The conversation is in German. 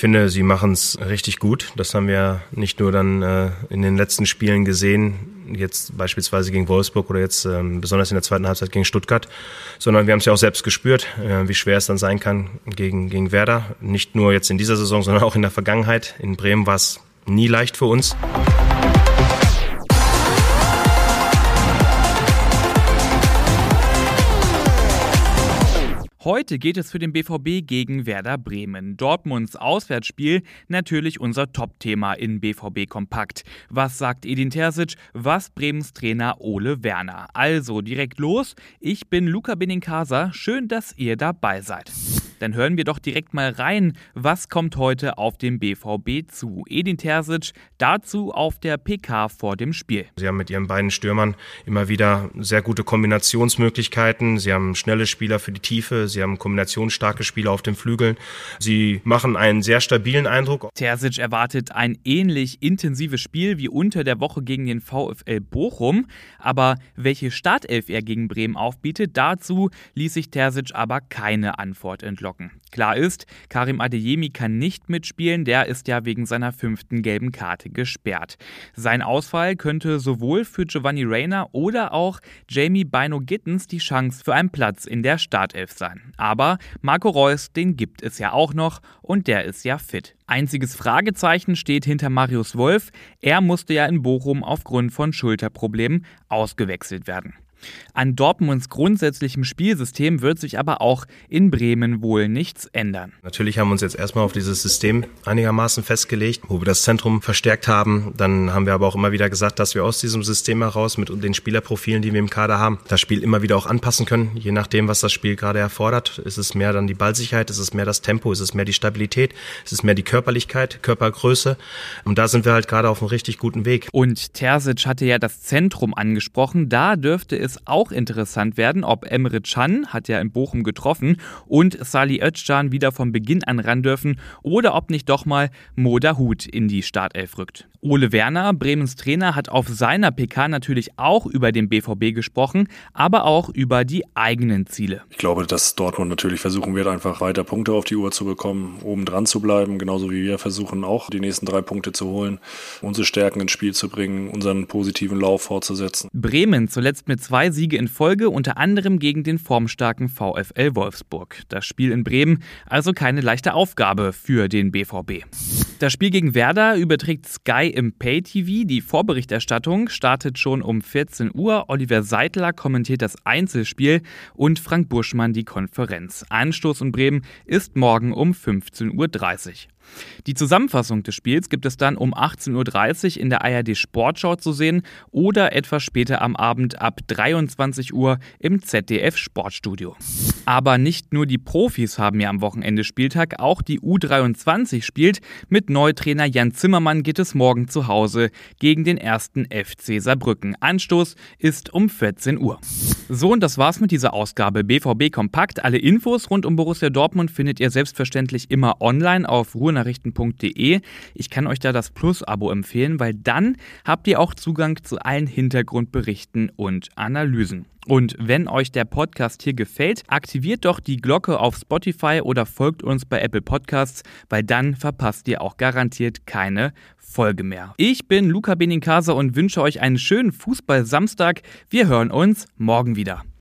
finde, sie machen es richtig gut. Das haben wir nicht nur dann in den letzten Spielen gesehen, jetzt beispielsweise gegen Wolfsburg oder jetzt besonders in der zweiten Halbzeit gegen Stuttgart, sondern wir haben es ja auch selbst gespürt, wie schwer es dann sein kann gegen Werder. Nicht nur jetzt in dieser Saison, sondern auch in der Vergangenheit. In Bremen war es nie leicht für uns. Heute geht es für den BVB gegen Werder Bremen. Dortmunds Auswärtsspiel, natürlich unser Top-Thema in BVB Kompakt. Was sagt Edin Terzic, was Bremens Trainer Ole Werner? Also direkt los, ich bin Luca Benincasa, schön, dass ihr dabei seid. Dann hören wir doch direkt mal rein, was kommt heute auf den BVB zu. Edin Terzic dazu auf der PK vor dem Spiel. Sie haben mit ihren beiden Stürmern immer wieder sehr gute Kombinationsmöglichkeiten. Sie haben schnelle Spieler für die Tiefe, sie haben kombinationsstarke Spieler auf den Flügeln. Sie machen einen sehr stabilen Eindruck. Terzic erwartet ein ähnlich intensives Spiel wie unter der Woche gegen den VfL Bochum. Aber welche Startelf er gegen Bremen aufbietet, dazu ließ sich Terzic aber keine Antwort entlocken. Klar ist, Karim Adeyemi kann nicht mitspielen, der ist ja wegen seiner 5. gelben Karte gesperrt. Sein Ausfall könnte sowohl für Giovanni Reyna oder auch Jamie Bino-Gittens die Chance für einen Platz in der Startelf sein. Aber Marco Reus, den gibt es ja auch noch und der ist ja fit. Einziges Fragezeichen steht hinter Marius Wolf. Er musste ja in Bochum aufgrund von Schulterproblemen ausgewechselt werden. An Dortmunds grundsätzlichem Spielsystem wird sich aber auch in Bremen wohl nichts ändern. Natürlich haben wir uns jetzt erstmal auf dieses System einigermaßen festgelegt, wo wir das Zentrum verstärkt haben. Dann haben wir aber auch immer wieder gesagt, dass wir aus diesem System heraus mit den Spielerprofilen, die wir im Kader haben, das Spiel immer wieder auch anpassen können. Je nachdem, was das Spiel gerade erfordert. Ist es mehr dann die Ballsicherheit, ist es mehr das Tempo, ist es mehr die Stabilität, ist es mehr die Körperlichkeit, Körpergröße. Und da sind wir halt gerade auf einem richtig guten Weg. Und Terzic hatte ja das Zentrum angesprochen. Da dürfte es auch interessant werden, ob Emre Can, hat ja in Bochum getroffen, und Salih Özcan wieder von Beginn an ran dürfen oder ob nicht doch mal Mo Dahoud in die Startelf rückt. Ole Werner, Bremens Trainer, hat auf seiner PK natürlich auch über den BVB gesprochen, aber auch über die eigenen Ziele. Ich glaube, dass Dortmund natürlich versuchen wird, einfach weiter Punkte auf die Uhr zu bekommen, oben dran zu bleiben, genauso wie wir versuchen auch die nächsten 3 Punkte zu holen, unsere Stärken ins Spiel zu bringen, unseren positiven Lauf fortzusetzen. Bremen zuletzt mit 2 Siege in Folge, unter anderem gegen den formstarken VfL Wolfsburg. Das Spiel in Bremen also keine leichte Aufgabe für den BVB. Das Spiel gegen Werder überträgt Sky im Pay-TV. Die Vorberichterstattung startet schon um 14 Uhr. Oliver Seidler kommentiert das Einzelspiel und Frank Buschmann die Konferenz. Anstoß in Bremen ist morgen um 15:30 Uhr. Die Zusammenfassung des Spiels gibt es dann um 18:30 Uhr in der ARD Sportschau zu sehen oder etwas später am Abend ab 23 Uhr im ZDF Sportstudio. Aber nicht nur die Profis haben ja am Wochenende Spieltag, auch die U23 spielt. Mit Neutrainer Jan Zimmermann geht es morgen zu Hause gegen den 1. FC Saarbrücken. Anstoß ist um 14 Uhr. So, und das war's mit dieser Ausgabe BVB Kompakt. Alle Infos rund um Borussia Dortmund findet ihr selbstverständlich immer online auf ruhrnachrichten.de. Ich kann euch da das Plus-Abo empfehlen, weil dann habt ihr auch Zugang zu allen Hintergrundberichten und Analysen. Und wenn euch der Podcast hier gefällt, aktiviert doch die Glocke auf Spotify oder folgt uns bei Apple Podcasts, weil dann verpasst ihr auch garantiert keine Folge mehr. Ich bin Luca Benincasa und wünsche euch einen schönen Fußball-Samstag. Wir hören uns morgen wieder.